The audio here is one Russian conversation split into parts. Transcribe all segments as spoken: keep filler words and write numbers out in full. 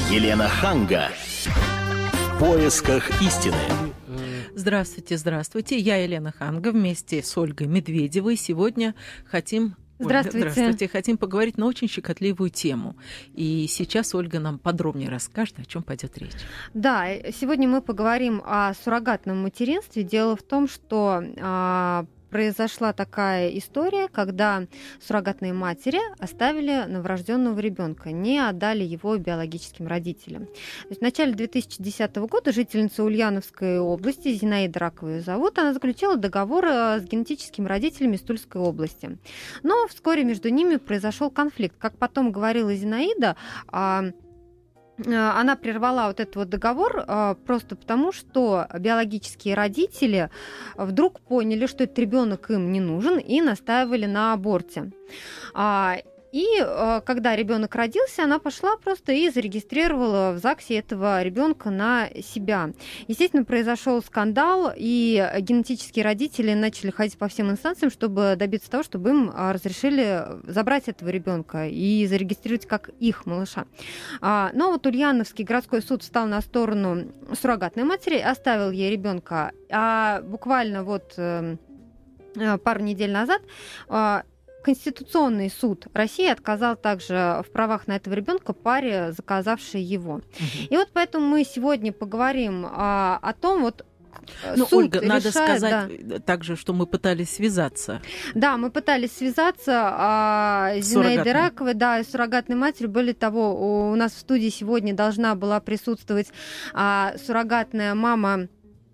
Елена Ханга. В поисках истины. Здравствуйте, здравствуйте. Я Елена Ханга вместе с Ольгой Медведевой. Сегодня хотим... Здравствуйте. Ольга, здравствуйте. Хотим поговорить на очень щекотливую тему. И сейчас Ольга нам подробнее расскажет, о чем пойдет речь. Да, сегодня мы поговорим о суррогатном материнстве. Дело в том, что а, произошла такая история, когда суррогатные матери оставили новорожденного ребенка, не отдали его биологическим родителям. То есть в начале две тысячи десятого года жительница Ульяновской области, Зинаида Ракова ее зовут, она заключила договор с генетическими родителями из Тульской области. Но вскоре между ними произошел конфликт. Как потом говорила Зинаида, она прервала вот этот вот договор просто потому, что биологические родители вдруг поняли, что этот ребенок им не нужен, и настаивали на аборте. И когда ребенок родился, она пошла просто и зарегистрировала в ЗАГСе этого ребенка на себя. Естественно, произошел скандал, и генетические родители начали ходить по всем инстанциям, чтобы добиться того, чтобы им разрешили забрать этого ребенка и зарегистрировать как их малыша. Но вот Ульяновский городской суд встал на сторону суррогатной матери, оставил ей ребенка. А буквально вот пару недель назад Конституционный суд России отказал также в правах на этого ребенка паре, заказавшей его. Угу. И вот поэтому мы сегодня поговорим а, о том, вот Ну, суд Ольга, решает, надо сказать да. также, что мы пытались связаться. Да, мы пытались связаться а, с Зинаидой Раковой, да, с суррогатной матерью. Более того, у нас в студии сегодня должна была присутствовать а, суррогатная мама,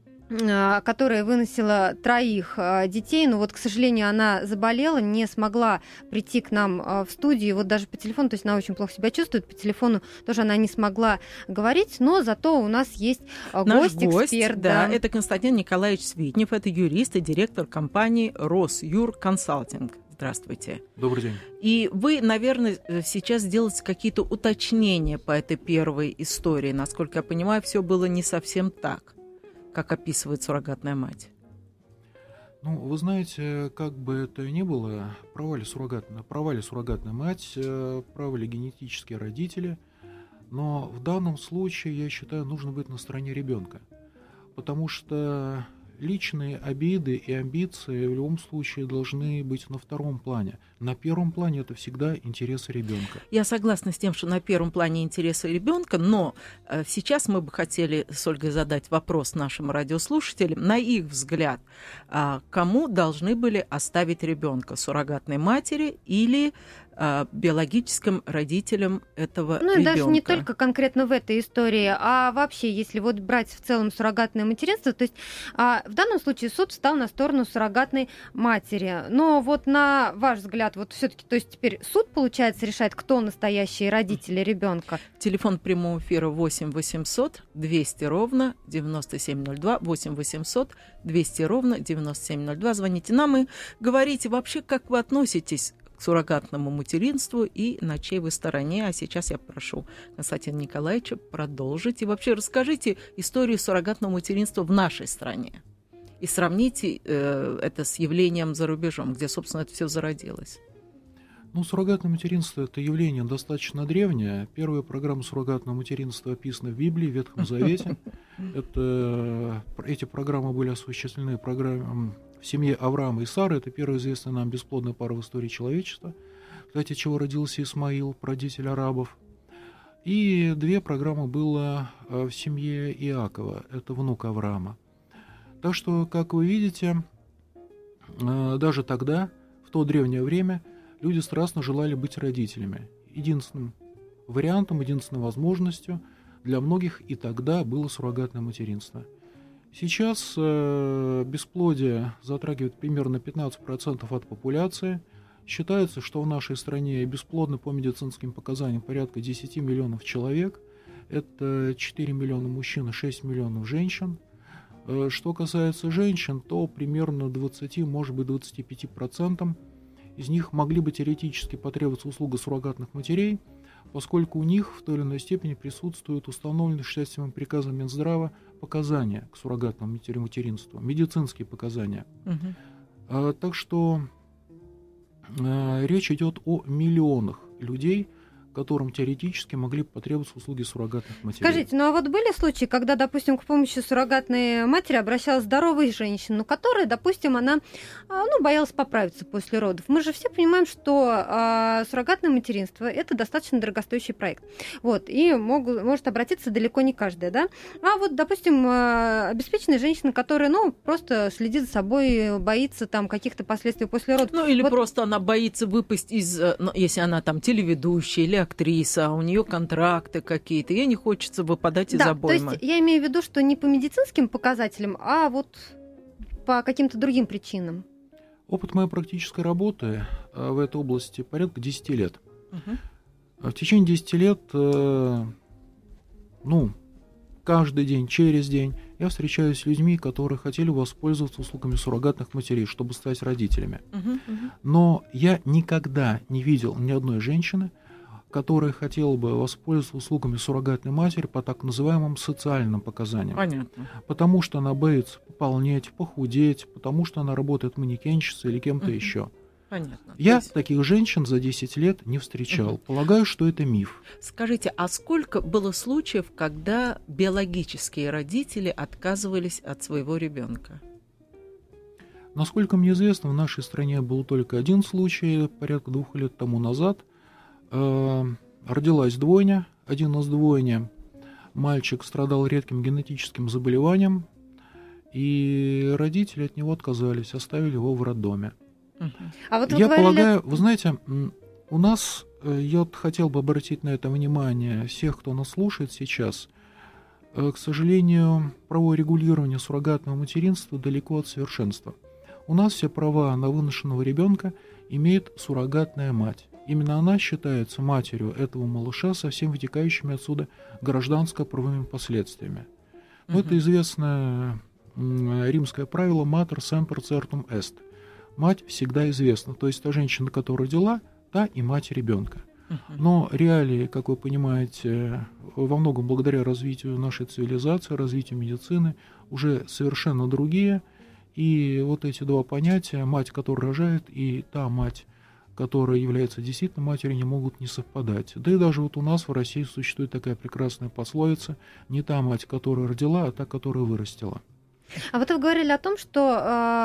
которая выносила троих детей, но вот, к сожалению, она заболела, не смогла прийти к нам в студию, вот даже по телефону, то есть она очень плохо себя чувствует, по телефону тоже она не смогла говорить, но зато у нас есть Наш гость, гость, эксперт. Да, да, это Константин Николаевич Свитнев, это юрист и директор компании «Росюр Консалтинг». Здравствуйте. Добрый день. И вы, наверное, сейчас сделаете какие-то уточнения по этой первой истории. Насколько я понимаю, все было не совсем так, как описывает суррогатная мать. Ну, вы знаете, как бы это ни было, права ли суррогатная, права ли суррогатная мать, правы ли генетические родители, но в данном случае, я считаю, нужно быть на стороне ребенка, потому что личные обиды и амбиции в любом случае должны быть на втором плане. На первом плане это всегда интересы ребенка. Я согласна с тем, что на первом плане интересы ребенка, но э, сейчас мы бы хотели с Ольгой задать вопрос нашим радиослушателям. На их взгляд, э, кому должны были оставить ребенка? Суррогатной матери или э, биологическим родителям этого ну, ребенка? Ну, даже не только конкретно в этой истории, а вообще, если вот брать в целом суррогатное материнство, то есть э, в данном случае суд встал на сторону суррогатной матери. Но вот на ваш взгляд, вот все-таки, то есть теперь суд, получается, решает, кто настоящие родители ребенка. Телефон прямого эфира восемь восемьсот двести ровно девяносто семь ноль два, восемь восемьсот двести ровно девяносто семь ноль два. Звоните нам и говорите вообще, как вы относитесь к суррогатному материнству и на чьей вы стороне. А сейчас я прошу Константина Николаевича продолжить и вообще расскажите историю суррогатного материнства в нашей стране. И сравните э, это с явлением за рубежом, где, собственно, это все зародилось. Ну, суррогатное материнство – это явление достаточно древнее. Первая программа суррогатного материнства описана в Библии, в Ветхом Завете. Это, эти программы были осуществлены программ, в семье Авраама и Сары. Это первая известная нам бесплодная пара в истории человечества, кстати, от чего родился Исмаил, прародитель арабов. И две программы было в семье Иакова, это внук Авраама. Так что, как вы видите, даже тогда, в то древнее время, люди страстно желали быть родителями. Единственным вариантом, единственной возможностью для многих и тогда было суррогатное материнство. Сейчас бесплодие затрагивает примерно пятнадцать процентов от популяции. Считается, что в нашей стране бесплодно по медицинским показаниям порядка десять миллионов человек. Это четыре миллиона мужчин и шесть миллионов женщин. Что касается женщин, то примерно двадцать, может быть, двадцать пять процентов из них могли бы теоретически потребоваться услуга суррогатных матерей, поскольку у них в той или иной степени присутствуют установленные шестьдесят седьмым приказом Минздрава показания к суррогатному материнству, медицинские показания. Угу. А, так что а, речь идет о миллионах людей, которым теоретически могли потребоваться услуги суррогатных матерей. Скажите, ну а вот были случаи, когда, допустим, к помощи суррогатной матери обращалась здоровая женщина, ну, которая, допустим, она ну, боялась поправиться после родов? Мы же все понимаем, что а, суррогатное материнство – это достаточно дорогостоящий проект. Вот, и могут, может обратиться далеко не каждая, да? А вот, допустим, обеспеченная женщина, которая, ну, просто следит за собой, боится там каких-то последствий после родов. Ну, или вот... просто она боится выпасть из, ну, если она там телеведущая или актриса, а у нее контракты какие-то, ей не хочется выпадать из да, обоймы. То есть я имею в виду, что не по медицинским показателям, а вот по каким-то другим причинам. Опыт моей практической работы в этой области порядка десять лет. Угу. В течение десяти лет, ну, каждый день, через день я встречаюсь с людьми, которые хотели воспользоваться услугами суррогатных матерей, чтобы стать родителями. Угу, угу. Но я никогда не видел ни одной женщины, которая хотела бы воспользоваться услугами суррогатной матери по так называемым социальным показаниям. Понятно. Потому что она боится пополнеть, похудеть, потому что она работает манекенщицей или кем-то uh-huh. еще. Понятно. Я есть... таких женщин за десять лет не встречал. Uh-huh. Полагаю, что это миф. Скажите, а сколько было случаев, когда биологические родители отказывались от своего ребенка? Насколько мне известно, в нашей стране был только один случай, порядка двух лет тому назад. Родилась двойня, один из двойни, мальчик страдал редким генетическим заболеванием, и родители от него отказались, оставили его в роддоме. Uh-huh. А вот вы я говорили... полагаю, вы знаете, у нас, я вот хотел бы обратить на это внимание всех, кто нас слушает сейчас, к сожалению, правовое регулирование суррогатного материнства далеко от совершенства. У нас все права на выношенного ребенка имеет суррогатная мать. Именно она считается матерью этого малыша со всеми вытекающими отсюда гражданско-правовыми последствиями. Но uh-huh. это известное римское правило «mater semper certum est». Мать всегда известна, то есть та женщина, которая родила, та и мать ребенка. Uh-huh. Но реалии, как вы понимаете, во многом благодаря развитию нашей цивилизации, развитию медицины, уже совершенно другие. И вот эти два понятия, мать, которая рожает, и та мать, которая является действительно матерью, не могут не совпадать. Да и даже вот у нас в России существует такая прекрасная пословица: не та мать, которая родила, а та, которая вырастила. А вот вы говорили о том, что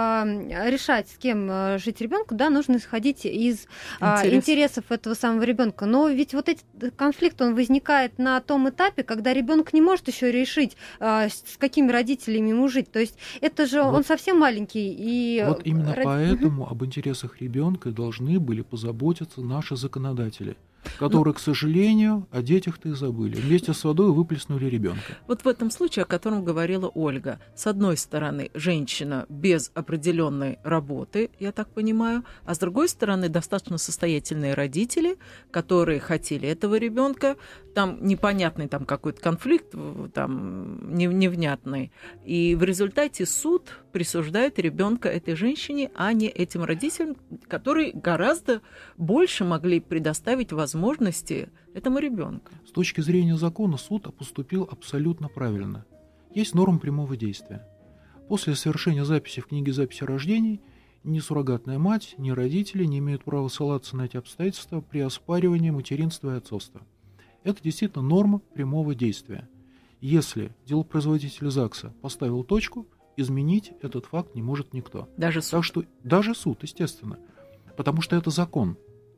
э, решать, с кем э, жить ребенку, да, нужно исходить из э, Интерес. интересов этого самого ребенка. Но ведь вот этот конфликт, он возникает на том этапе, когда ребенок не может еще решить, э, с какими родителями ему жить. То есть это же вот, он совсем маленький. И вот именно род... поэтому об интересах ребенка должны были позаботиться наши законодатели, которые, ну, к сожалению, о детях-то и забыли. Вместе с водой выплеснули ребенка. Вот в этом случае, о котором говорила Ольга, с одной стороны, женщина без определенной работы, я так понимаю, а с другой стороны, достаточно состоятельные родители, которые хотели этого ребенка, там непонятный там какой-то конфликт, там невнятный, и в результате суд присуждает ребенка этой женщине, а не этим родителям, которые гораздо больше могли предоставить возможности этому ребенку. С точки зрения закона суд поступил абсолютно правильно. Есть норма прямого действия. После совершения записи в книге записи рождений ни суррогатная мать, ни родители не имеют права ссылаться на эти обстоятельства при оспаривании материнства и отцовства. Это действительно норма прямого действия. Если делопроизводитель ЗАГСа поставил точку, изменить этот факт не может никто. Даже суд? Так что, даже суд, естественно. Потому что это закон.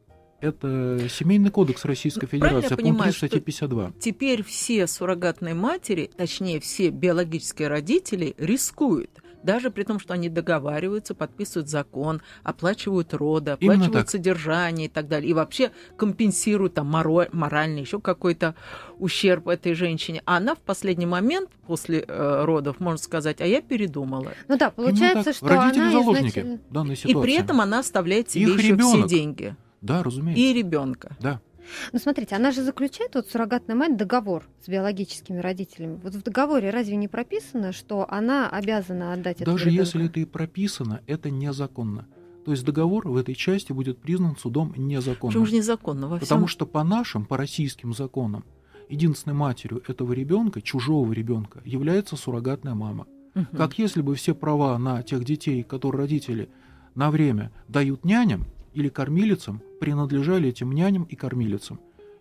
Это Семейный кодекс Российской Федерации, пункт триста пятьдесят два. Теперь все суррогатные матери, точнее все биологические родители рискуют. Даже при том, что они договариваются, подписывают закон, оплачивают роды, оплачивают содержание и так далее. И вообще компенсируют там моральный еще какой-то ущерб этой женщине. А она в последний момент после э, родов может сказать: а я передумала. Ну да, получается, что родители она заложники изначально... данной ситуации. И при этом она оставляет себе Их еще ребенок. все деньги. Да, разумеется. И ребенка. Да. Ну, смотрите, она же заключает, вот суррогатная мать, договор с биологическими родителями. Вот в договоре разве не прописано, что она обязана отдать этого Даже ребенка? если это и прописано, это незаконно. То есть договор в этой части будет признан судом незаконным. Почему же незаконно? Во всем... Потому что по нашим, по российским законам, единственной матерью этого ребенка, чужого ребенка, является суррогатная мама. Угу. Как если бы все права на тех детей, которые родители на время дают няням или кормилицам, принадлежали этим няням и кормилицам.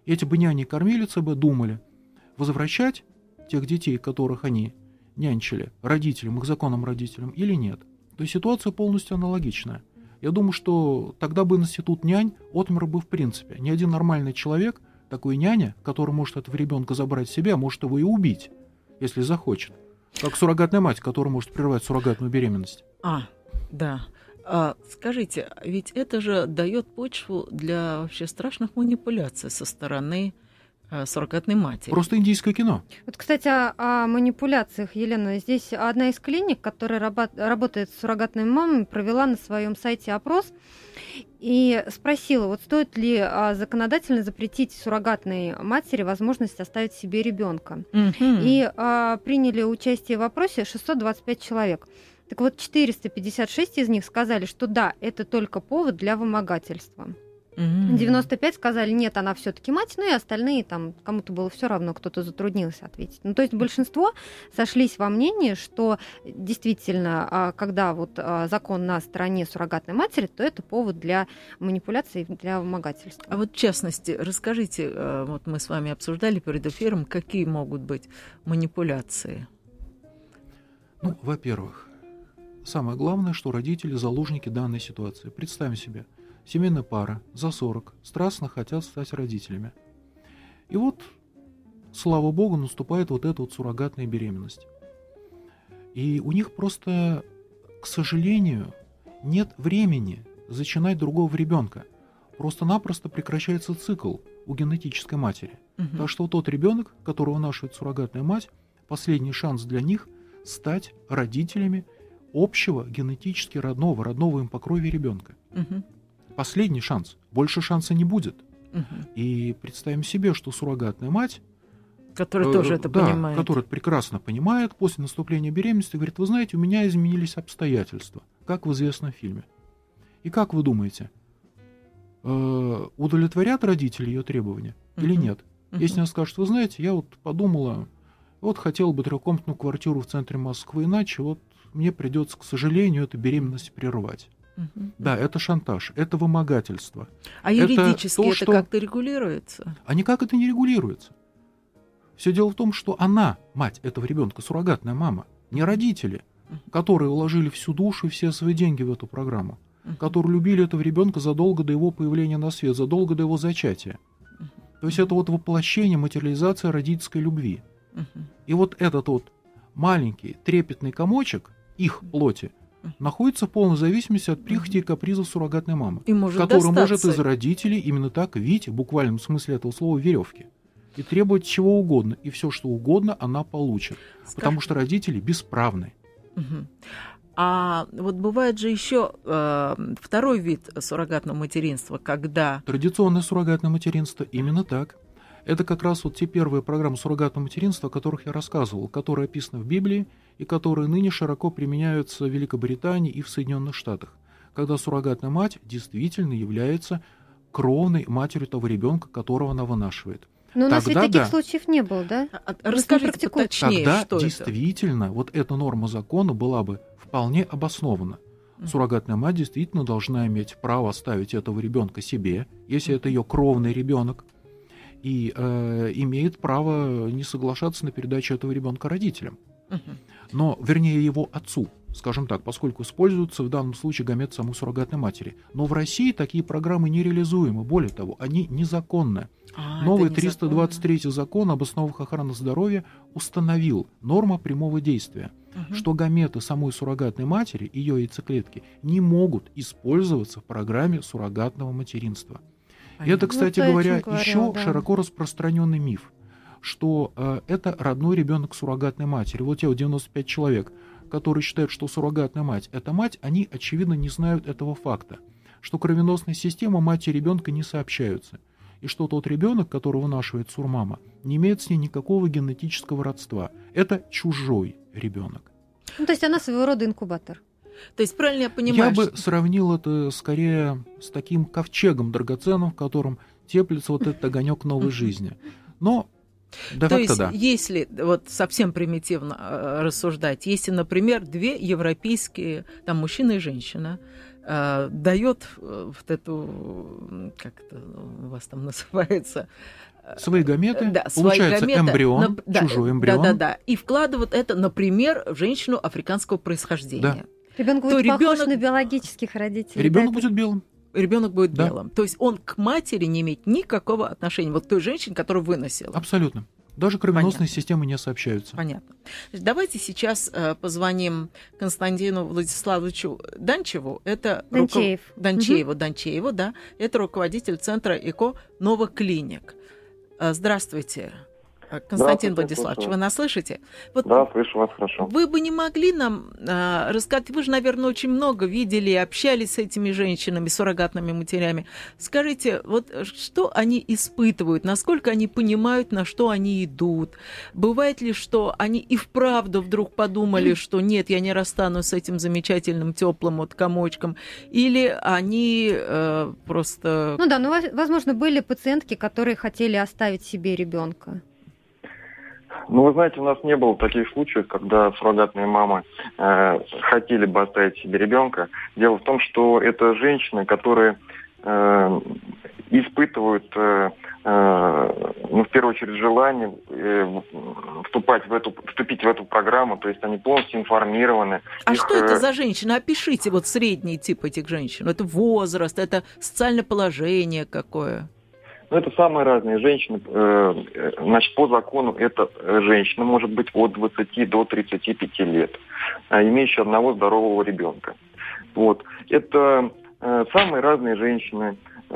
Эти бы няни и кормилицы бы думали, возвращать тех детей, которых они нянчили, родителям, их законным родителям, или нет. То есть ситуация полностью аналогичная. Я думаю, что тогда бы институт нянь отмер бы в принципе. Ни один нормальный человек, такой няня, который может этого ребенка забрать себе, а может его и убить, если захочет. Как суррогатная мать, которая может прервать суррогатную беременность. А, да. А, скажите, ведь это же дает почву для вообще страшных манипуляций со стороны а, суррогатной матери. Просто индийское кино. Вот, кстати, о, о манипуляциях, Елена. Здесь одна из клиник, которая рабо- работает с суррогатными мамами, провела на своем сайте опрос и спросила, вот стоит ли а, законодательно запретить суррогатной матери возможность оставить себе ребенка. Мгм. И а, приняли участие в опросе шестьсот двадцать пять человек. Так вот, четыреста пятьдесят шесть из них сказали, что да, это только повод для вымогательства. Мгм. девяносто пять сказали, нет, она все-таки мать, ну и остальные там кому-то было все равно, кто-то затруднился ответить. Ну, то есть большинство сошлись во мнении, что действительно, а, когда вот а, закон на стороне суррогатной матери, то это повод для манипуляций, для вымогательства. А вот в частности, расскажите, э, вот мы с вами обсуждали перед эфиром, какие могут быть манипуляции? Ну, во-первых, самое главное, что родители заложники данной ситуации. Представим себе, семейная пара за сорок страстно хотят стать родителями. И вот, слава богу, наступает вот эта вот суррогатная беременность. И у них просто, к сожалению, нет времени зачинать другого ребенка. Просто-напросто прекращается цикл у генетической матери. Мгм. Так что вот тот ребенок, которого вынашивает суррогатная мать, последний шанс для них стать родителями общего генетически родного, родного им по крови ребенка. Мгм. Последний шанс. Больше шанса не будет. Мгм. И представим себе, что суррогатная мать, Который э, тоже это да, понимает. которая это прекрасно понимает, после наступления беременности говорит, вы знаете, у меня изменились обстоятельства, как в известном фильме. И как вы думаете, э, удовлетворят родители ее требования или Мгм. нет? Мгм. Если она скажет, вы знаете, я вот подумала, вот хотела бы трехкомнатную квартиру в центре Москвы, иначе вот мне придется, к сожалению, эту беременность прерывать. Мгм. Да, это шантаж, это вымогательство. А это юридически то, это, что- как-то регулируется? А никак это не регулируется. Все дело в том, что она, мать этого ребенка, суррогатная мама, не родители, Мгм. которые вложили всю душу и все свои деньги в эту программу, Мгм. которые любили этого ребенка задолго до его появления на свет, задолго до его зачатия. Мгм. То есть это вот воплощение, материализация родительской любви. Мгм. И вот этот вот маленький трепетный комочек их плоти Мгм. находится в полной зависимости от прихоти и капризов суррогатной мамы, И может которая может достаться. из родителей именно так видеть, в буквальном смысле этого слова, веревки. И требовать чего угодно. И все, что угодно, она получит. Скаж- Потому что родители бесправны. Мгм. А вот бывает же еще э, второй вид суррогатного материнства, когда... Традиционное суррогатное материнство именно так. Это как раз вот те первые программы суррогатного материнства, о которых я рассказывал, которые описаны в Библии и которые ныне широко применяются в Великобритании и в Соединенных Штатах, когда суррогатная мать действительно является кровной матерью того ребенка, которого она вынашивает. Но у нас Тогда ведь таких да. случаев не было, да? А- а- не Расскажите практикуете. поточнее, Тогда что это. действительно вот эта норма закона была бы вполне обоснована. Мгм. Суррогатная мать действительно должна иметь право оставить этого ребенка себе, если это ее кровный ребенок, и э, имеет право не соглашаться на передачу этого ребенка родителям. Мгм. Но, вернее, его отцу, скажем так, поскольку используются в данном случае гамет самой суррогатной матери. Но в России такие программы нереализуемы. Более того, они незаконны. А, Новый это триста двадцать третий закон об основах охраны здоровья установил норму прямого действия, незаконно. Мгм. что гаметы самой суррогатной матери, ее яйцеклетки, не могут использоваться в программе суррогатного материнства. И это, Понятно. кстати Вот о говоря, чем говорила, еще да. широко распространенный миф, что э, это родной ребенок суррогатной матери. Вот те вот девяносто пять человек, которые считают, что суррогатная мать – это мать, они, очевидно, не знают этого факта, что кровеносные системы матери и ребенка не сообщаются, и что тот ребенок, которого вынашивает сурмама, не имеет с ней никакого генетического родства. Это чужой ребенок. Ну, то есть она своего рода инкубатор. То есть правильно я понимаю, Я бы что- сравнил это скорее с таким ковчегом драгоценным, в котором теплится вот этот огонек новой жизни. Но То де-факто есть, да. если вот совсем примитивно э, рассуждать, если, например, две европейские, там мужчина и женщина, э, дает э, вот эту, м, как это у вас там называется, свои гаметы, да, получается свои гаметы, эмбрион, на, да, чужой эмбрион. Да, да, да. И вкладывают это, например, в женщину африканского происхождения. Да. Ребенок будет ребенок... похож на биологических родителей. Ребенок да, будет белым. Ребенок будет Да. белым. То есть он к матери не имеет никакого отношения. Вот той женщине, которую выносила. Абсолютно. Даже кровеносные Понятно. системы не сообщаются. Понятно. Давайте сейчас э, позвоним Константину Владиславовичу Данчеву. Это Данчеев. Руков... Данчееву, Данчееву, да. Это руководитель центра ЭКО Новоклиник. Э, здравствуйте, Константин Владиславович, вы нас слышите? Вот да, слышу вас хорошо. Вы бы не могли нам э, рассказать, вы же, наверное, очень много видели и общались с этими женщинами, суррогатными матерями. Скажите, вот что они испытывают, насколько они понимают, на что они идут? Бывает ли, что они и вправду вдруг подумали, что нет, я не расстанусь с этим замечательным теплым вот комочком? Или они э, просто... Ну да, ну, возможно, были пациентки, которые хотели оставить себе ребенка. Ну, вы знаете, у нас не было таких случаев, когда суррогатные мамы э, хотели бы оставить себе ребенка. Дело в том, что это женщины, которые э, испытывают, э, э, ну, в первую очередь, желание э, вступать в эту, вступить в эту программу, то есть они полностью информированы. А Их, что это за женщины? Опишите вот средний тип этих женщин. Это возраст, это социальное положение какое? Ну, это самые разные женщины. Значит, по закону эта женщина может быть от двадцати до тридцати пяти лет, имеющая одного здорового ребенка. Вот. Это самые разные женщины.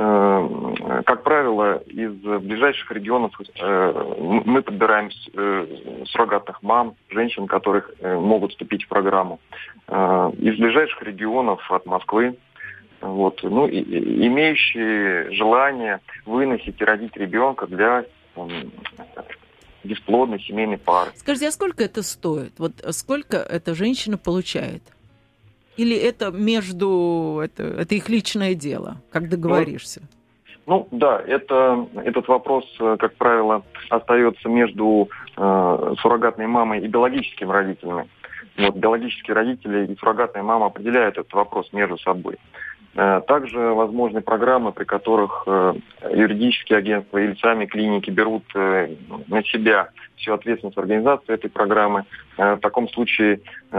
Как правило, из ближайших регионов мы подбираем суррогатных мам, женщин, которых могут вступить в программу. Из ближайших регионов от Москвы. Вот, ну, и, и, имеющие желание выносить и родить ребенка для там, бесплодной семейной пары. Скажите, а сколько это стоит? Вот сколько эта женщина получает? Или это между... Это, это их личное дело, как договоришься? Ну, ну да, это, этот вопрос, как правило, остается между э, суррогатной мамой и биологическими родителями. Вот, биологические родители и суррогатная мама определяют этот вопрос между собой. Также возможны программы, при которых юридические агентства или сами клиники берут на себя всю ответственность организации этой программы. В таком случае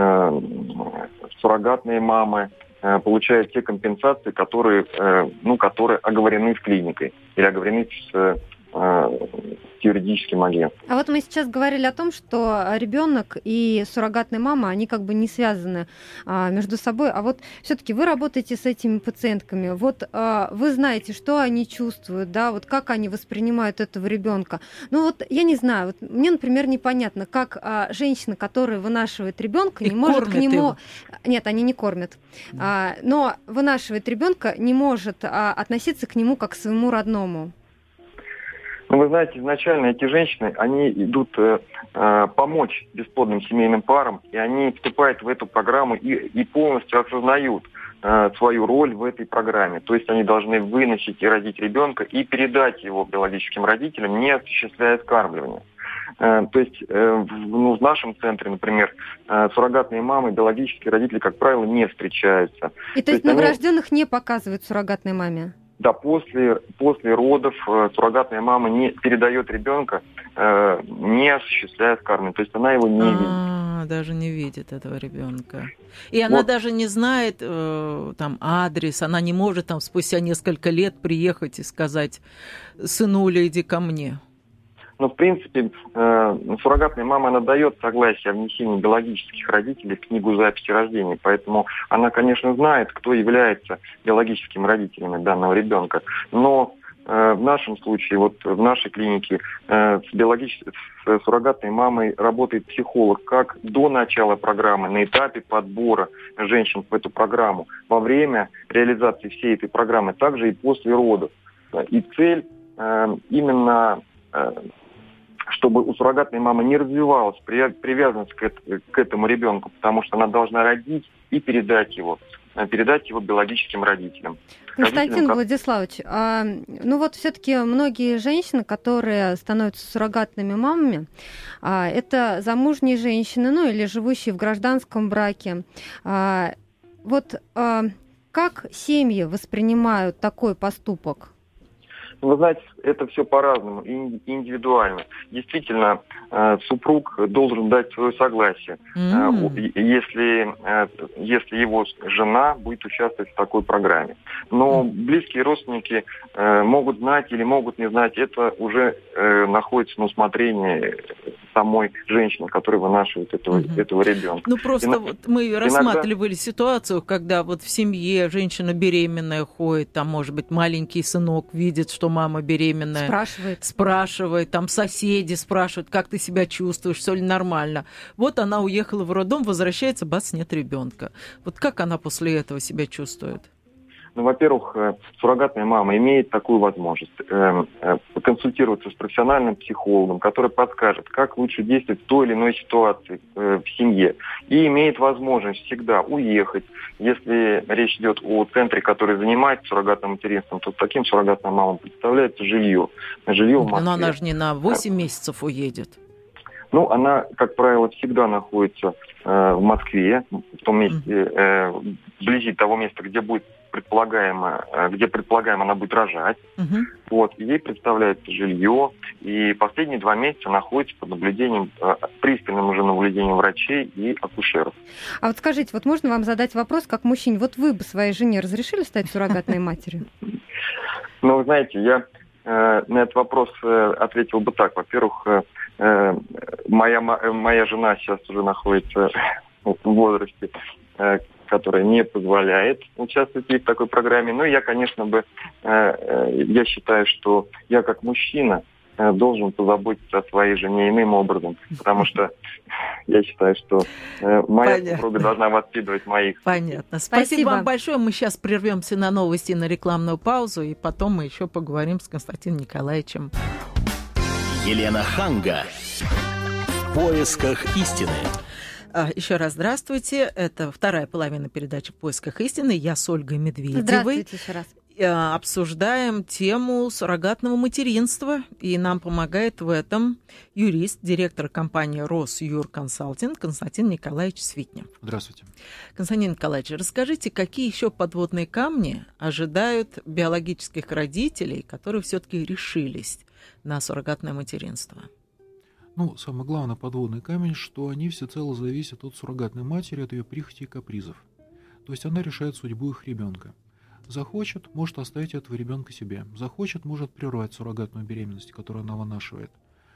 суррогатные мамы получают те компенсации, которые, ну, которые оговорены с клиникой или оговорены с юридическим агентством. А вот мы сейчас говорили о том, что ребенок и суррогатная мама, они как бы не связаны а, между собой. А вот все-таки вы работаете с этими пациентками. Вот а, вы знаете, что они чувствуют, да, вот как они воспринимают этого ребенка. Ну вот я не знаю, вот мне, например, непонятно, как а, женщина, которая вынашивает ребенка, не может к нему. Его. Нет, они не кормят. Mm. А, но вынашивает ребенка, не может а, относиться к нему как к своему родному. Ну, вы знаете, изначально эти женщины, они идут э, э, помочь бесплодным семейным парам, и они вступают в эту программу и, и полностью осознают э, свою роль в этой программе. То есть они должны выносить и родить ребенка и передать его биологическим родителям, не осуществляя скармливание. Э, то есть э, в, ну, в нашем центре, например, э, суррогатные мамы, биологические родители, как правило, не встречаются. И то, то есть новорожденных они... не показывают суррогатной маме? Да, после, после родов э, суррогатная мама не передает ребенка, э, не осуществляя скармливание. То есть она его не видит. А, даже не видит этого ребенка. И она вот. даже не знает э, там адрес, она не может там спустя несколько лет приехать и сказать: сынуля, иди ко мне. Но, в принципе, э, суррогатная мама, она дает согласие о внесении биологических родителей в книгу записи рождения. Поэтому она, конечно, знает, кто является биологическими родителями данного ребенка. Но э, в нашем случае, вот в нашей клинике, э, с, биологич... с суррогатной мамой работает психолог как до начала программы, на этапе подбора женщин в эту программу, во время реализации всей этой программы, также и после родов. И цель э, именно... Э, чтобы у суррогатной мамы не развивалась привязанность к, это, к этому ребенку, потому что она должна родить и передать его, передать его биологическим родителям. Константин родителям, Владиславович, а, ну вот все-таки многие женщины, которые становятся суррогатными мамами, а, это замужние женщины, ну или живущие в гражданском браке. А, вот а, как семьи воспринимают такой поступок? Вы знаете, это все по-разному и индивидуально. Действительно, супруг должен дать свое согласие, mm. если, если его жена будет участвовать в такой программе. Но mm. близкие родственники могут знать или могут не знать, это уже находится на усмотрении самой женщины, которая вынашивает этого, mm-hmm. этого ребенка. Ну просто Ина... вот мы иногда... рассматривали ситуацию, когда вот в семье женщина беременная ходит, там, может быть, маленький сынок видит, что мама беременная. Спрашивает. Спрашивает, там соседи спрашивают, как ты себя чувствуешь, все ли нормально. Вот она уехала в роддом, возвращается, бац, нет ребенка. Вот как она после этого себя чувствует? Ну, во-первых, суррогатная мама имеет такую возможность э, э, поконсультироваться с профессиональным психологом, который подскажет, как лучше действовать в той или иной ситуации э, в семье. И имеет возможность всегда уехать. Если речь идет о центре, который занимается суррогатным материнством, то таким суррогатным мамам представляется жилье. Жилье в Москве. Но она же не на восемь месяцев уедет. Ну, она, как правило, всегда находится э, в Москве, в том месте, э, вблизи того места, где будет предполагаемо, где предполагаемо она будет рожать. Uh-huh. Вот, ей представляется жилье, и последние два месяца находится под наблюдением, пристальным уже наблюдением врачей и акушеров. А вот скажите, вот можно вам задать вопрос, как мужчине, вот вы бы своей жене разрешили стать суррогатной матерью? Ну, вы знаете, я на этот вопрос ответил бы так. Во-первых, моя, моя жена сейчас уже находится в возрасте, которая не позволяет участвовать в такой программе. Ну, я, конечно, бы, я считаю, что я как мужчина должен позаботиться о своей жене иным образом, потому что я считаю, что моя Понятно. супруга должна воспитывать моих. Понятно. Спасибо, Спасибо вам большое. Мы сейчас прервемся на новости, на рекламную паузу, и потом мы еще поговорим с Константином Николаевичем. Елена Ханга. В поисках истины. Еще раз здравствуйте. Это вторая половина передачи «В поисках истины». Я с Ольгой Медведевой. Здравствуйте еще раз. Обсуждаем тему суррогатного материнства. И нам помогает в этом юрист, директор компании «Росюрконсалтинг» Константин Николаевич Свитнев. Здравствуйте. Константин Николаевич, расскажите, какие еще подводные камни ожидают биологических родителей, которые все-таки решились на суррогатное материнство? Ну, самый главный подводный камень, что они всецело зависят от суррогатной матери, от ее прихоти и капризов. То есть она решает судьбу их ребенка. Захочет, может оставить этого ребенка себе. Захочет, может прервать суррогатную беременность, которую она вынашивает.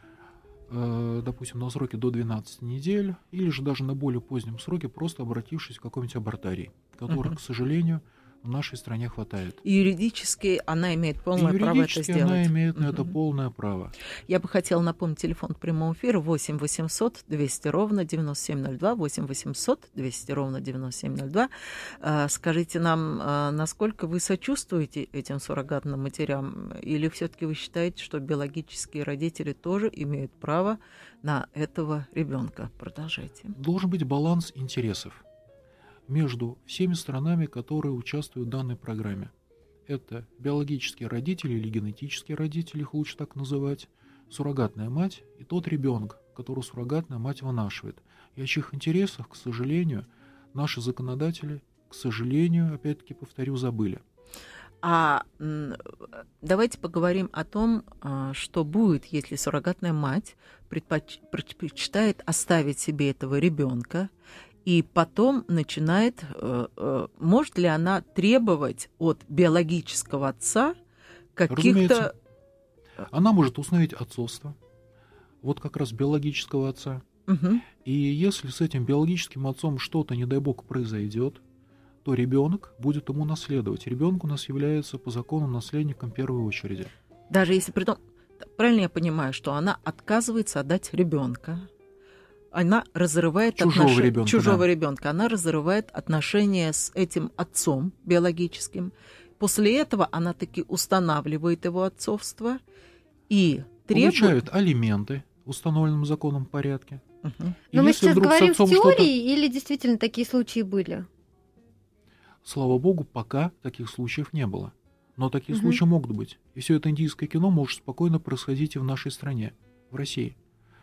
Э, допустим, на сроке до двенадцати недель, или же даже на более позднем сроке, просто обратившись к какому-нибудь абортарии, которых, uh-huh. к сожалению, в нашей стране хватает. И юридически она имеет полное право это сделать. Юридически она имеет на это полное право. Я бы хотела напомнить телефон прямого эфира восемь восемьсот двести ровно девяносто семь ноль два, восемь восемьсот двести ровно девяносто семь ноль два. Скажите нам, насколько вы сочувствуете этим суррогатным матерям, или все-таки вы считаете, что биологические родители тоже имеют право на этого ребенка? Продолжайте. Должен быть баланс интересов между всеми сторонами, которые участвуют в данной программе. Это биологические родители или генетические родители, их лучше так называть, суррогатная мать и тот ребенок, которого суррогатная мать вынашивает. И о чьих интересах, к сожалению, наши законодатели, к сожалению, опять-таки повторю, забыли. А давайте поговорим о том, что будет, если суррогатная мать предпоч... предпочитает оставить себе этого ребенка, и потом начинает, может ли она требовать от биологического отца каких-то... Разумеется. Она может установить отцовство, вот как раз биологического отца. Угу. И если с этим биологическим отцом что-то, не дай бог, произойдет, то ребенок будет ему наследовать. Ребенок у нас является по закону наследником первой очереди. Даже если при том... Правильно я понимаю, что она отказывается отдать ребенка? Она разрывает чужого отнош... ребенка, чужого да. ребенка. Она разрывает отношения с этим отцом биологическим. После этого она таки устанавливает его отцовство и требует... Получают алименты в установленном законом порядке. Угу. Но мы сейчас говорим в теории или действительно такие случаи были? Слава богу, пока таких случаев не было. Но такие угу. случаи могут быть. И все это индийское кино может спокойно происходить и в нашей стране, в России.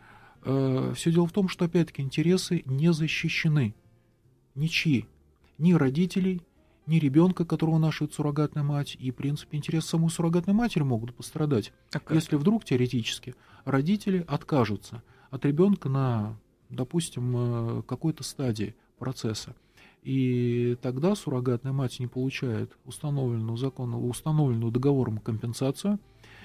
Все дело в том, что, опять-таки, интересы не защищены. Ничьи. Ни родителей, ни ребенка, которого вынашивает суррогатная мать, и, в принципе, интересы самой суррогатной матери могут пострадать, А если вдруг теоретически родители откажутся от ребенка на, допустим, какой-то стадии процесса. И тогда суррогатная мать не получает установленную законом, установленную договором компенсацию,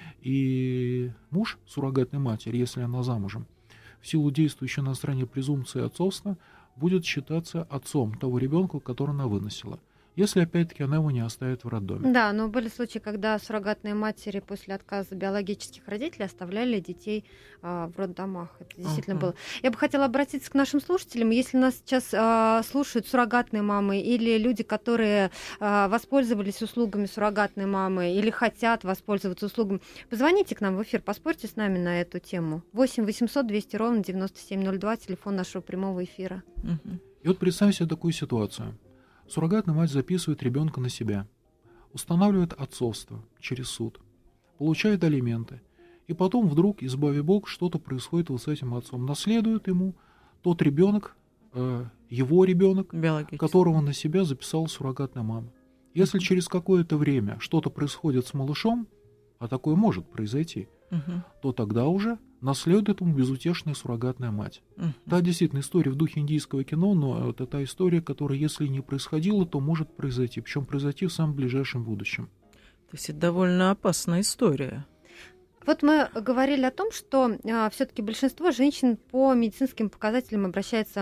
и муж суррогатной матери, если она замужем, в силу действующей на стране презумпции отцовства, будет считаться отцом того ребенка, который она выносила, если, опять-таки, она его не оставит в роддоме. Да, но были случаи, когда суррогатные матери после отказа биологических родителей оставляли детей а, в роддомах. Это действительно uh-huh. было. Я бы хотела обратиться к нашим слушателям. Если нас сейчас а, слушают суррогатные мамы или люди, которые а, воспользовались услугами суррогатной мамы или хотят воспользоваться услугами, позвоните к нам в эфир, поспорьте с нами на эту тему. восемь восемьсот двести ровно девяносто семь ноль два, телефон нашего прямого эфира. Uh-huh. И вот представьте себе такую ситуацию. Суррогатная мать записывает ребенка на себя, устанавливает отцовство через суд, получает алименты, и потом вдруг, избави Бог, что-то происходит вот с этим отцом. Наследует ему тот ребенок, э, его ребенок, которого на себя записала суррогатная мама. Если через какое-то время что-то происходит с малышом, а такое может произойти, uh-huh. то тогда уже наследует ему безутешная суррогатная мать. Uh-huh. Да, действительно, история в духе индийского кино, но это та история, которая, если не происходила, то может произойти, причем произойти в самом ближайшем будущем. То есть это довольно опасная история. Вот мы говорили о том, что а, все-таки большинство женщин по медицинским показателям обращается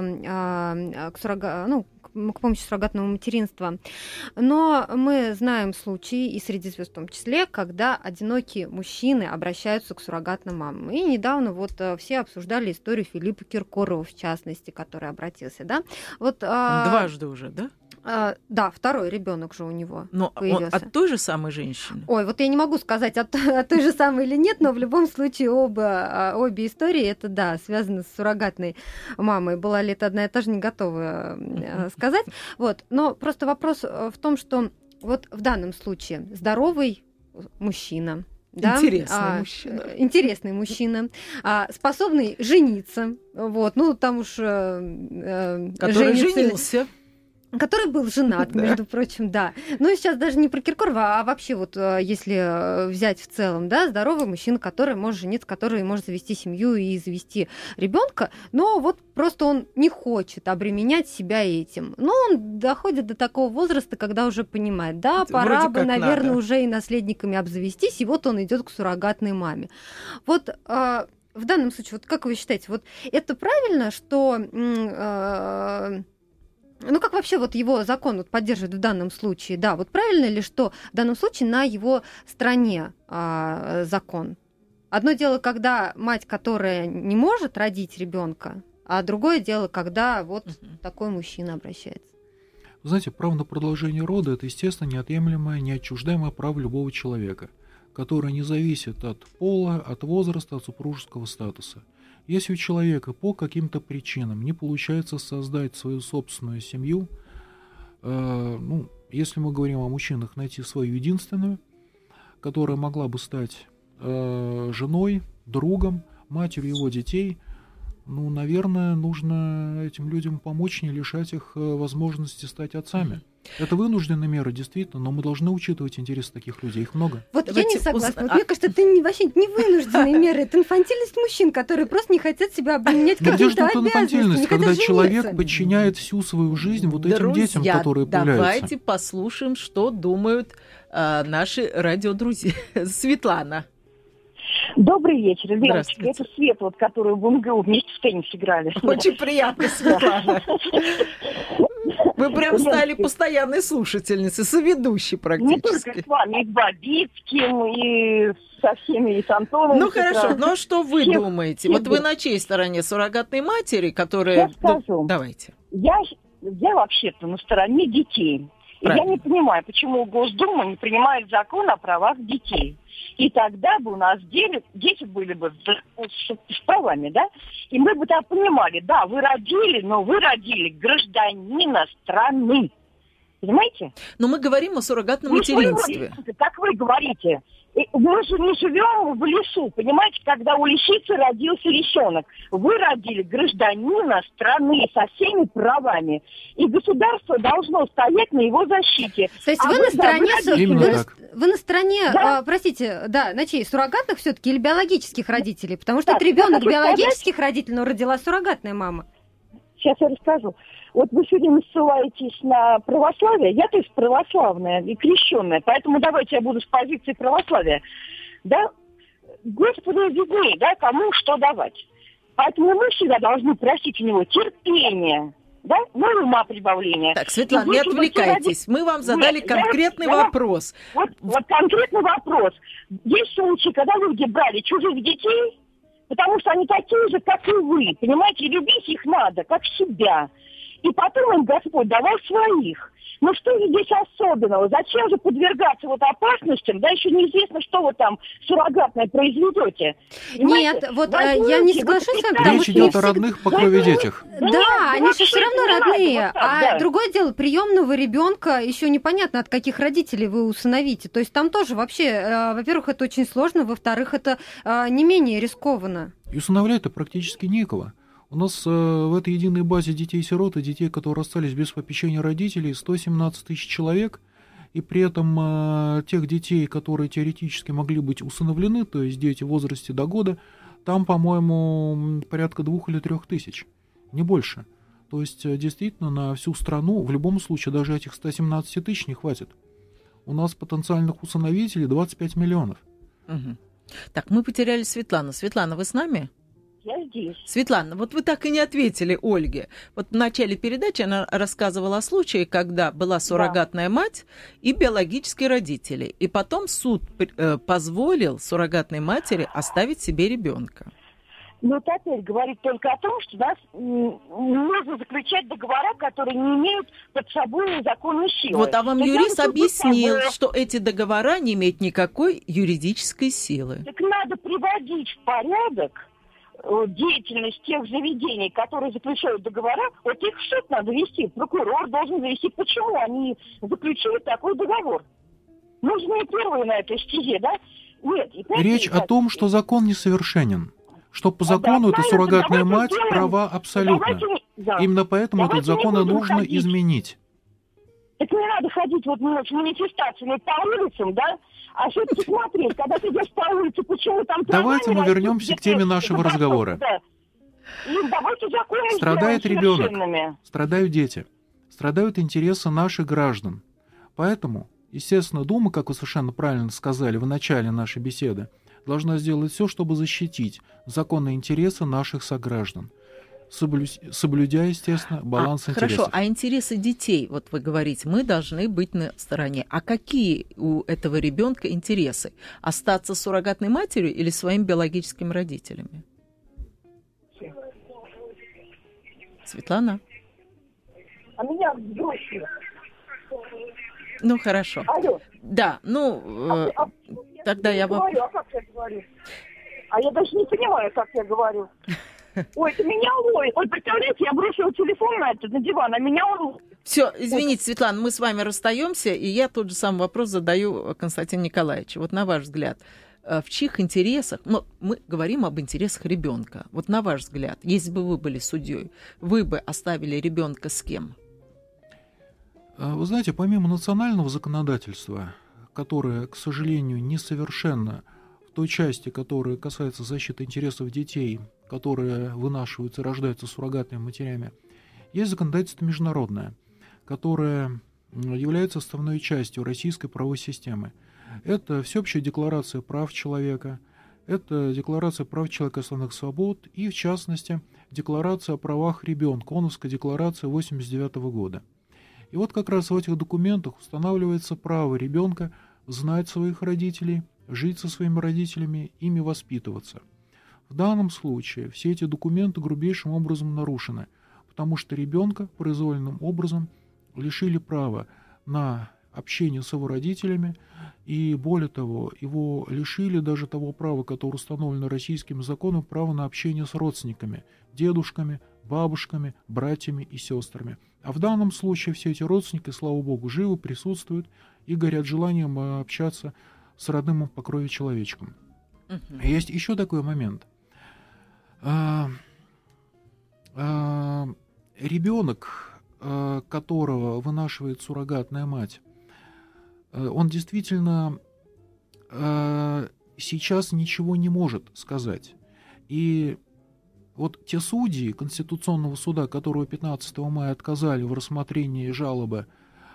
а, к, суррога... ну, к помощи суррогатного материнства. Но мы знаем случаи, и среди звезд в том числе, когда одинокие мужчины обращаются к суррогатным мамам. И недавно вот все обсуждали историю Филиппа Киркорова, в частности, который обратился. Да? Вот, а... Дважды уже, да? А, да, второй ребенок же у него но появился. Он от той же самой женщины? Ой, вот я не могу сказать, от, от той же самой или нет, но в любом случае оба, обе истории, это, да, связаны с суррогатной мамой. Была ли это одна и та же, не готова э, сказать. Вот. Но просто вопрос в том, что вот в данном случае здоровый мужчина, да, интересный а, мужчина. Интересный мужчина, а, способный жениться. Вот, ну, там уж э, который женится... женился. Который был женат, между прочим, да. Ну и сейчас даже не про Киркорова, а вообще вот если взять в целом, да, здоровый мужчина, который может жениться, который может завести семью и завести ребенка, но вот просто он не хочет обременять себя этим. Но он доходит до такого возраста, когда уже понимает, да, это пора бы, наверное, надо. Уже и наследниками обзавестись, и вот он идет к суррогатной маме. Вот а, в данном случае, вот как вы считаете, вот это правильно, что... А, Ну, как вообще вот его закон вот поддерживает в данном случае? Да, вот правильно ли, что в данном случае на его стороне а, закон? Одно дело, когда мать, которая не может родить ребенка, а другое дело, когда вот угу. такой мужчина обращается. Вы знаете, право на продолжение рода – это, естественно, неотъемлемое, неотчуждаемое право любого человека, которое не зависит от пола, от возраста, от супружеского статуса. Если у человека по каким-то причинам не получается создать свою собственную семью, э, ну, если мы говорим о мужчинах, найти свою единственную, которая могла бы стать э, женой, другом, матерью его детей, ну, наверное, нужно этим людям помочь, не лишать их возможности стать отцами. Это вынужденная мера, действительно, но мы должны учитывать интересы таких людей. Их много. Вот давайте я не согласна. Уз... Вот, мне кажется, это не, вообще не вынужденные меры. Это инфантильность мужчин, которые просто не хотят себя обременять какими-то обязанностями. Инфантильность, когда человек подчиняет всю свою жизнь вот этим Друзья, детям, которые появляются. Давайте послушаем, что думают э, наши радиодрузья. Светлана. Добрый вечер, девочки. Это Света, вот, которую в МГУ вместе в теннис играли. Очень приятно, Светлана. Вы прям стали постоянной слушательницей, соведущей практически. Не только с вами, и с Бабицким, и со всеми, и с Антоном. Ну хорошо, но что вы всех, думаете? Всех вот вы на чьей стороне? Суррогатной матери, которые... Я скажу. Ну, давайте. Я, я вообще-то на стороне детей. И я не понимаю, почему Госдума не принимает закон о правах детей. И тогда бы у нас дети, дети были бы с, с правами, да? И мы бы так понимали, да, вы родили, но вы родили гражданина страны. Понимаете? Но мы говорим о суррогатном материнстве. Как вы говорите, И мы же не живем в лесу, понимаете, когда у лисицы родился лисенок. Вы родили гражданина страны со всеми правами. И государство должно стоять на его защите. То есть а вы, вы на стороне, родители... вы, на, так. вы на стороне, Да? а, простите, да, на чьей, суррогатных все-таки или биологических родителей? Потому что Так, это ребенок я хочу биологических родителей, но родила суррогатная мама. Сейчас я расскажу. Вот вы сегодня ссылаетесь на православие. Я, то есть, православная и крещенная. Поэтому давайте я буду с позиции православия. Да? Господу виднее, да, кому что давать. Поэтому мы всегда должны просить у него терпения, да, ну и ума прибавления. Так, Светлана, И не если бы отвлекайтесь. Мы вам задали Нет, я- конкретный я- вопрос. Вот, вот конкретный вопрос. Есть случаи, когда люди брали чужих детей, потому что они такие же, как и вы. Понимаете, любить их надо, как себя. И потом им Господь давал своих. Ну что же здесь особенного? Зачем же подвергаться вот опасностям? Да еще неизвестно, что вы там суррогатное произведете. Понимаете? Нет, вот э, Возьмите, я не вот соглашусь с вами, представьте, потому Речь что идет не о всегда- родных по крови детях. Да, Нет, они же вообще все равно не надо родные. вот так, а да. другое дело, приемного ребенка еще непонятно, от каких родителей вы усыновите. То есть там тоже вообще, э, во-первых, это очень сложно, во-вторых, это э, не менее рискованно. И усыновлять-то практически некого. У нас э, в этой единой базе детей-сирот и детей, которые остались без попечения родителей, сто семнадцать тысяч человек, и при этом э, тех детей, которые теоретически могли быть усыновлены, то есть дети в возрасте до года, там, по-моему, порядка двух или трех тысяч, не больше. То есть, э, действительно, на всю страну в любом случае даже этих ста семнадцати тысяч не хватит. У нас потенциальных усыновителей двадцать пять миллионов. Мгм. Так, мы потеряли Светлану. Светлана, вы с нами? Я здесь. Светлана, вот вы так и не ответили Ольге. Вот в начале передачи она рассказывала о случае, когда была суррогатная мать и биологические родители. И потом суд э, позволил суррогатной матери оставить себе ребенка. Но это опять говорит только о том, что нас м, нужно заключать договора, которые не имеют под собой законной силы. Вот, а вам Так юрист надо объяснил, чтобы- что эти договора не имеют никакой юридической силы. Так надо приводить в порядок э, деятельность тех заведений, которые заключают договора. Вот их в суд надо вести, прокурор должен завести. Почему они заключили такой договор? Нужны и первые на этой стезе, да? Нет. И Речь о том, что закон несовершенен. Что по закону эта суррогатная мать права абсолютно. Именно поэтому этот закон и нужно изменить. Так не надо ходить вот с манифестациями по улицам, да? А все-таки смотреть, когда ты идешь по улице, почему там... Давайте мы растут, вернемся к где-то теме нашего вот так вот, разговора. да. И давайте законы Страдает сделаем ребенок, совершенными. страдают дети, страдают интересы наших граждан. Поэтому, естественно, Дума, как вы совершенно правильно сказали в начале нашей беседы, должна сделать все, чтобы защитить законные интересы наших сограждан, соблю... соблюдя, естественно, баланс а, интересов. Хорошо, а интересы детей, вот вы говорите, мы должны быть на стороне. А какие у этого ребенка интересы? Остаться суррогатной матерью или своими биологическими родителями? Светлана? А меня бросили. Ну, хорошо. Алло. Да, ну, э, А, тогда я... воп- говорю, а как я говорю? А я даже не понимаю, как я говорю. Ой, это меня ловит. Ой, представляете, я бросила телефон на этот, на диван, а меня он... Все, извините, Светлана, мы с вами расстаемся, и я тот же самый вопрос задаю Константину Николаевичу. Вот на ваш взгляд, в чьих интересах, ну, мы говорим об интересах ребенка. Вот на ваш взгляд, если бы вы были судьей, вы бы оставили ребенка с кем? Вы знаете, помимо национального законодательства, которое, к сожалению, несовершенно в той части, которая касается защиты интересов детей, которые вынашиваются и рождаются суррогатными матерями, есть законодательство международное, которое является основной частью российской правовой системы. Это Всеобщая декларация прав человека, это Декларация прав человека и основных свобод и, в частности, Декларация о правах ребенка, ООНовская декларация восемьдесят девятого года. И вот как раз в этих документах устанавливается право ребенка знать своих родителей, жить со своими родителями, ими воспитываться. В данном случае все эти документы грубейшим образом нарушены, потому что ребенка произвольным образом лишили права на общение с его родителями, и более того, его лишили даже того права, которое установлено российским законом, права на общение с родственниками, дедушками, бабушками, братьями и сестрами. А в данном случае все эти родственники, слава богу, живы, присутствуют и горят желанием общаться с родным по крови человечком. Мгм. Есть еще такой момент. А, а, ребенок, а, которого вынашивает суррогатная мать, а, он действительно а, сейчас ничего не может сказать. И вот те судьи Конституционного суда, которые пятнадцатого мая отказали в рассмотрении жалобы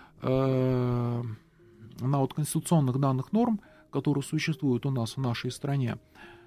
э, на вот конституционных данных норм, которые существуют у нас в нашей стране,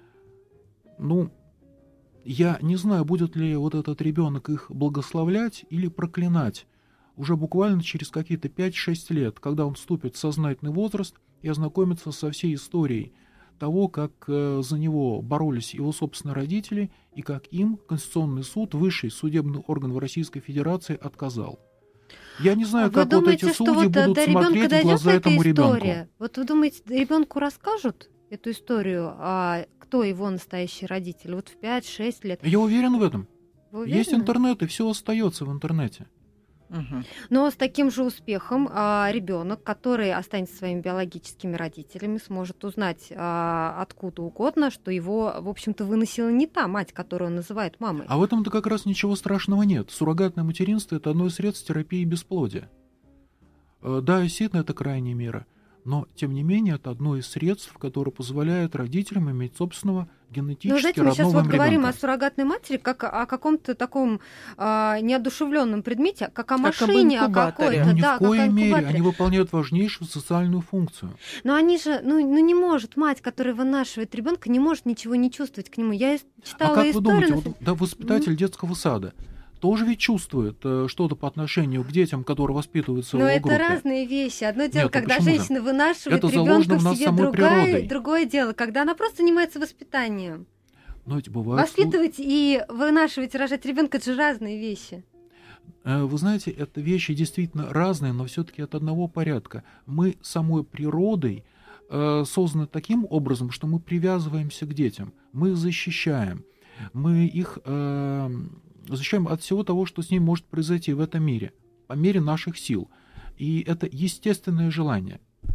ну, я не знаю, будет ли вот этот ребенок их благословлять или проклинать уже буквально через какие-то пять-шесть лет, когда он вступит в сознательный возраст и ознакомится со всей историей того, как э, за него боролись его собственные родители и как им Конституционный суд, высший судебный орган в Российской Федерации, отказал. Я не знаю, Вы как думаете, вот эти что судьи вот будут до ребенка смотреть в дойдет глаза эта этому история? ребенку. Вот вы думаете, ребенку расскажут эту историю, а кто его настоящий родитель? Вот в пять-шесть лет. Я уверен в этом. Вы Есть уверены? интернет, и все остается в интернете. Мгм. Но с таким же успехом а, ребенок, который останется своими биологическими родителями, сможет узнать а, откуда угодно, что его, в общем-то, выносила не та мать, которую он называет мамой. А в этом-то как раз ничего страшного нет. Суррогатное материнство — это одно из средств терапии бесплодия. Э, Да, действительно, это крайняя мера. Но, тем не менее, это одно из средств, которое позволяет родителям иметь собственного генетически Но, знаете, мы сейчас родного вот им говорим ребенка. о суррогатной матери как о каком-то таком а, неодушевленном предмете, как о Как об машине, о инкубаторе. какой-то, Ну, ни да, в как о коей мере. инкубаторе. Они выполняют важнейшую социальную функцию. Но они же, ну, ну не может мать, которая вынашивает ребенка, не может ничего не чувствовать к нему. Я ис- читала А как вы историю. думаете, на вот, да, воспитатель детского сада тоже ведь чувствует э, что-то по отношению к детям, которые воспитываются в Но его это группе? разные вещи. Одно дело, Нет, ну когда почему же? женщина вынашивает Это заложено ребенка в в нас себе, самой другая, природой. другое дело, когда она просто занимается воспитанием. Но ведь бывает, что- Воспитывать и вынашивать, и рожать ребенка это же разные вещи. Э, Вы знаете, это вещи действительно разные, но все-таки от одного порядка. Мы самой природой э, созданы таким образом, что мы привязываемся к детям, мы их защищаем, мы их э, защищаем от всего того, что с ними может произойти в этом мире, по мере наших сил. И это естественное желание,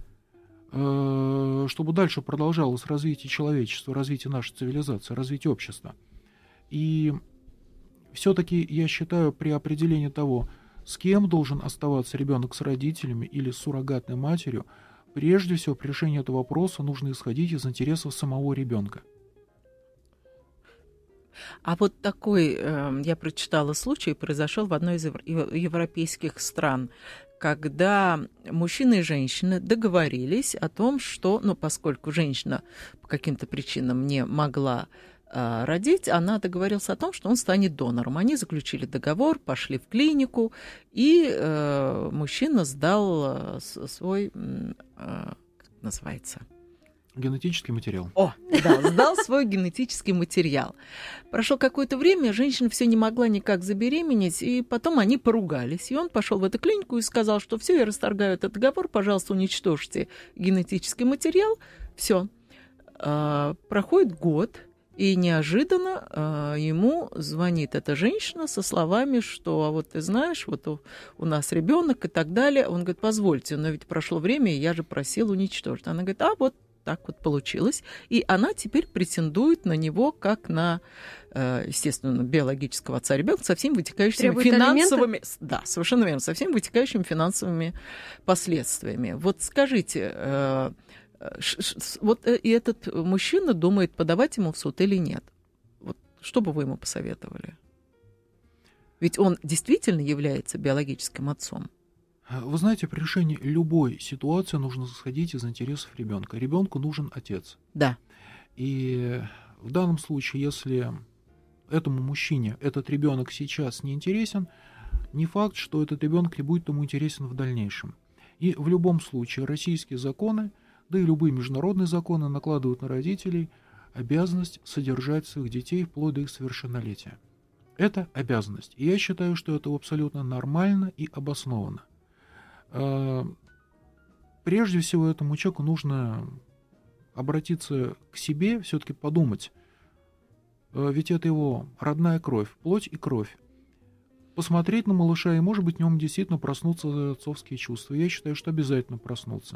э, чтобы дальше продолжалось развитие человечества, развитие нашей цивилизации, развитие общества. И все-таки я считаю, при определении того, с кем должен оставаться ребенок, с родителями или с суррогатной матерью, прежде всего при решении этого вопроса нужно исходить из интересов самого ребенка. А вот такой, э, я прочитала случай, произошел в одной из евро- ев- европейских стран, когда мужчина и женщина договорились о том, что, ну, поскольку женщина по каким-то причинам не могла э, родить, она договорилась о том, что он станет донором. Они заключили договор, пошли в клинику, и э, мужчина сдал э, с- свой, м, э, как называется? Генетический материал. О, да, сдал свой генетический материал. Прошло какое-то время, женщина все не могла никак забеременеть, и потом они поругались. И он пошел в эту клинику и сказал, что все, я расторгаю этот договор, пожалуйста, уничтожьте генетический материал. Все. Проходит год, и неожиданно а, ему звонит эта женщина со словами, что, а вот ты знаешь, вот у, у нас ребенок и так далее. Он говорит, позвольте, но ведь прошло время, и я же просил уничтожить. Она говорит, а вот так вот получилось. И она теперь претендует на него как на, э, естественно, биологического отца ребенка со всеми вытекающими Требует финансовыми... Да, совершенно верно, со всеми вытекающими финансовыми последствиями. Вот скажите, э, ш- ш- вот э, и этот мужчина думает, подавать ему в суд или нет. Вот что бы вы ему посоветовали? Ведь он действительно является биологическим отцом. Вы знаете, при решении любой ситуации нужно исходить из интересов ребенка. Ребенку нужен отец. Да. И в данном случае, если этому мужчине этот ребенок сейчас не интересен, не факт, что этот ребенок не будет ему интересен в дальнейшем. И в любом случае российские законы, да и любые международные законы накладывают на родителей обязанность содержать своих детей вплоть до их совершеннолетия. Это обязанность. И я считаю, что это абсолютно нормально и обоснованно. Прежде всего, этому человеку нужно обратиться к себе, все-таки подумать, ведь это его родная кровь, плоть и кровь. Посмотреть на малыша, и, может быть, в нем действительно проснутся отцовские чувства. Я считаю, что обязательно проснутся.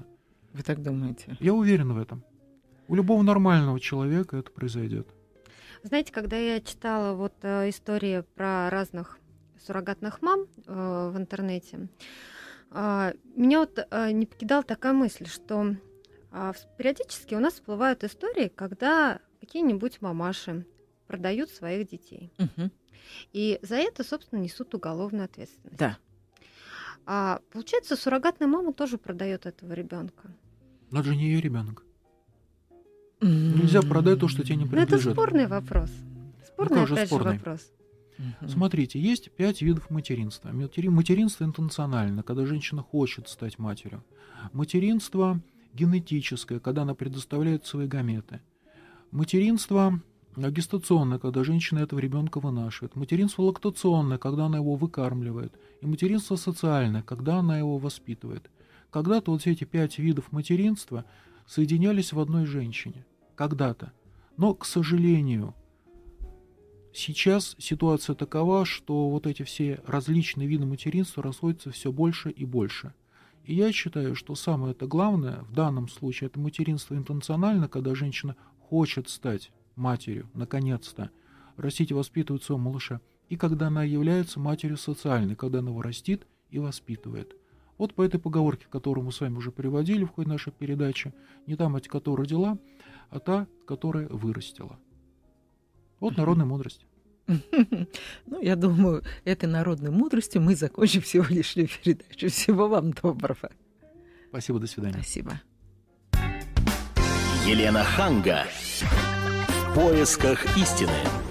Вы так думаете? Я уверен в этом. У любого нормального человека это произойдет. Знаете, когда я читала вот э, истории про разных суррогатных мам э, в интернете, э, меня вот э, не покидала такая мысль, что э, периодически у нас всплывают истории, когда какие-нибудь мамаши продают своих детей. Угу. И за это, собственно, несут уголовную ответственность. Да. А получается, суррогатная мама тоже продает этого ребенка. Но это же не ее ребенок. Нельзя продать то, что тебе не Ну, принадлежит. это спорный вопрос. Спорный, как же опять спорный? же, вопрос. Мгм. Смотрите, есть пять видов материнства. Матери- Материнство интенциональное, когда женщина хочет стать матерью. Материнство генетическое, когда она предоставляет свои гаметы. Материнство гестационное, когда женщина этого ребенка вынашивает. Материнство лактационное, когда она его выкармливает. И материнство социальное, когда она его воспитывает. Когда-то вот все эти пять видов материнства соединялись в одной женщине. Когда-то. Но, к сожалению, сейчас ситуация такова, что вот эти все различные виды материнства расходятся все больше и больше. И я считаю, что самое это главное в данном случае это материнство интенционально, когда женщина хочет стать матерью, наконец-то, растить и воспитывать своего малыша, и когда она является матерью социальной, когда она его растит и воспитывает. Вот по этой поговорке, которую мы с вами уже приводили в ходе нашей передачи, не та мать, которая родила, а та, которая вырастила. Вот народная мудрость. Ну, я думаю, этой народной мудростью мы закончим сегодняшнюю передачу. Всего вам доброго. Спасибо, до свидания. Спасибо. Елена Ханга. В поисках истины.